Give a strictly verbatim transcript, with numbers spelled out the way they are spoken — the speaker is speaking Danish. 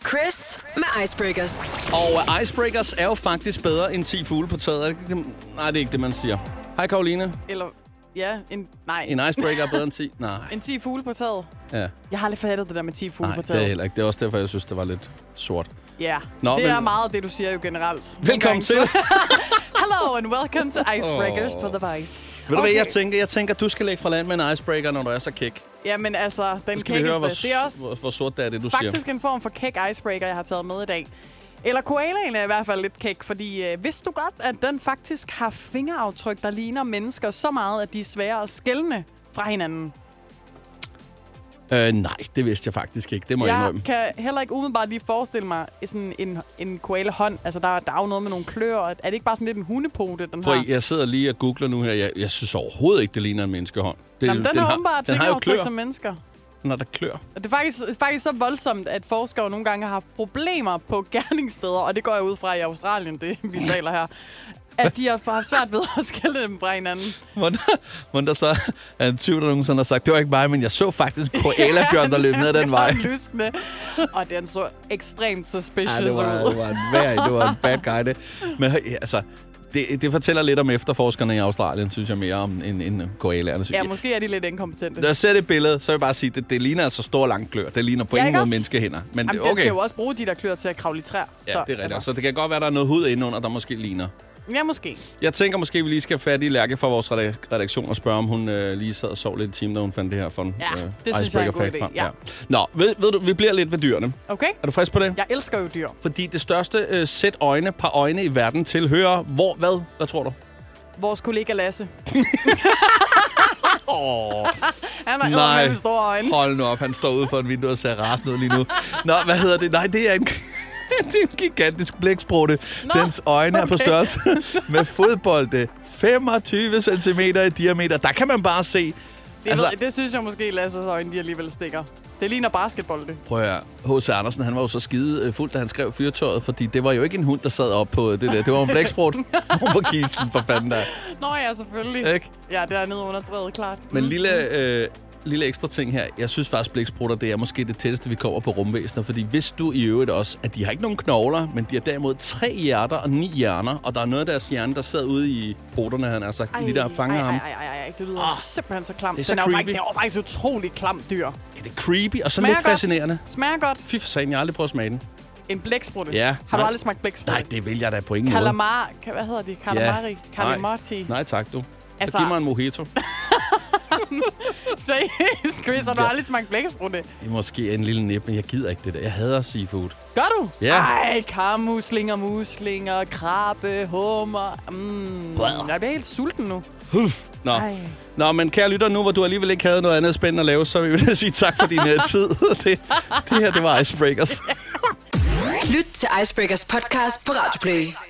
Chris med Icebreakers. Og Icebreakers er jo faktisk bedre end ti fugle på taget. Nej, det er ikke det, man siger. Hej, Karoline. Eller, ja, en, nej. En icebreaker er bedre end ti? Nej. En ti fugle på taget? Ja. Jeg har aldrig fattet det der med ti fugle Nej, på det taget. er heller ikke. Det er også derfor, jeg synes, det var lidt sort. Ja, Nå, det men... er meget det, du siger jo generelt. Velkommen til. Hello and welcome to Icebreakers oh. på The Vice. Ved du okay. hvad, jeg tænker? Jeg tænker, du skal lægge fra land med en icebreaker, når du er så kæk. Jamen altså, den så skal vi høre, hvor, det er også hvor, hvor sort det er, det du faktisk siger. en form for kæk icebreaker, jeg har taget med i dag. Eller koalaen er i hvert fald lidt kæk, fordi øh, vidste du godt, at den faktisk har fingeraftryk, der ligner mennesker så meget, at de er svære at skelne fra hinanden? Øh, nej, det vidste jeg faktisk ikke. Det må jeg indrømme. Jeg kan heller ikke umiddelbart lige forestille mig sådan en, en koala-hånd. Altså, der, der er jo noget med nogle kløer. Er det ikke bare sådan lidt en hundepote, den Prøv, har? jeg sidder lige og googler nu her. Jeg, jeg synes overhovedet ikke, det ligner en menneskehånd. Det, Jamen, den, den har åbenbart fingeraftryk som mennesker. Den har der klør. Og det er faktisk, faktisk så voldsomt, at forskere nogle gange har haft problemer på gerningssteder, og det går jeg ud fra i Australien, det vi taler her, at de har haft svært ved at skille dem fra hinanden. Hvor der så er en tyv, der nogensinde har sagt, det var ikke mig, men jeg så faktisk en koala-bjørn, der løb ned ad den vej. Lyskende. Og den så ekstremt suspicious ud. Ja, det var, det var en værd, det var en bad guy, det. Men altså... Det, det fortæller lidt om efterforskerne i Australien, synes jeg, mere om en, en koalaerne. Ja, måske er de lidt inkompetente. Når jeg ser det billede, så vil jeg bare sige, at det, det ligner altså stor lang klør. Det ligner på ingen måde menneskehænder. Men Jamen, det, okay. den skal jo også bruge de der klør til at kravle i træer. Ja, så, det er rigtigt. altså. Så det kan godt være, der er noget hud indenunder, der måske ligner. Ja, måske. Jeg tænker måske, vi lige skal have fat i Lærke fra vores redaktion og spørge, om hun øh, lige sad og sov lidt i timen, da hun fandt det her for en Ja, øh, det synes jeg er en god idé. Ja. Ja. Nå, ved, ved du, vi bliver lidt ved dyrene. Okay. Er du frisk på det? Jeg elsker jo dyr. Fordi det største øh, sæt øjne, par øjne i verden tilhører hvor, hvad? Hvad tror du? Vores kollega Lasse. oh, han har æder med store øjne. Hold nu op, han står ude for en vindue og ser rasende ud lige nu. Nå, hvad hedder det? Nej, det er en, det er en gigantisk blæksprutte. Dens øjne okay. er på størrelse med fodbolde. femogtyve centimeter i diameter. Der kan man bare se... Det, altså, det synes jeg måske, Lasses øjne de alligevel stikker. Det ligner basketball, det. Prøv at høre. H C Andersen, han var jo så skide fuld, da han skrev Fyrtøjet, fordi det var jo ikke en hund, der sad op på det der. Det var en blæksprut på kisten for fanden der. Nå ja, selvfølgelig. Ikke? Ja, det er nede under træet, klart. Men mm. lille, øh, lille ekstra ting her. Jeg synes faktisk, blæksprutter, det er måske det tætteste, vi kommer på rumvæsener. Fordi hvis du i øvrigt også, at de har ikke nogen knogler, men de har derimod tre hjerter og ni hjerner. Og der er noget af deres hjerne, der sidder ude i poterne, han altså lige der fanger ham. Ej, ej, ej, ej, det lyder oh, simpelthen så klamt. Det er, Den så er, faktisk, det er jo faktisk utroligt klamt dyr. Ja, det er creepy og så Smager lidt godt. fascinerende. Smager godt. Fy for sagen, jeg har aldrig prøvet at smage den. En blæksprutte? Ja. Har nej. du aldrig smagt blæksprutte? Nej, det vil jeg da på ingen Calamar, måde. Hvad hedder det? Calamari? Ja. Calamari? Nej. nej, tak du. Altså... Så giv mig en mojito. Seriøst, Chris, har du ja. aldrig smagt blæksprutte? Det er måske en lille nip, men jeg gider ikke det der. Jeg hader seafood. Gør du? Ja. Ej, karmuslinger, muslinger, krabbe, hummer. Mm. Jeg bliver helt sulten nu. Nå. Nå, men kære lytter, nu hvor du alligevel ikke havde noget andet spændende at lave, så vil jeg sige tak for din uh, tid. det, det her, det var Icebreakers. Lyt til Icebreakers podcast på Radio Play.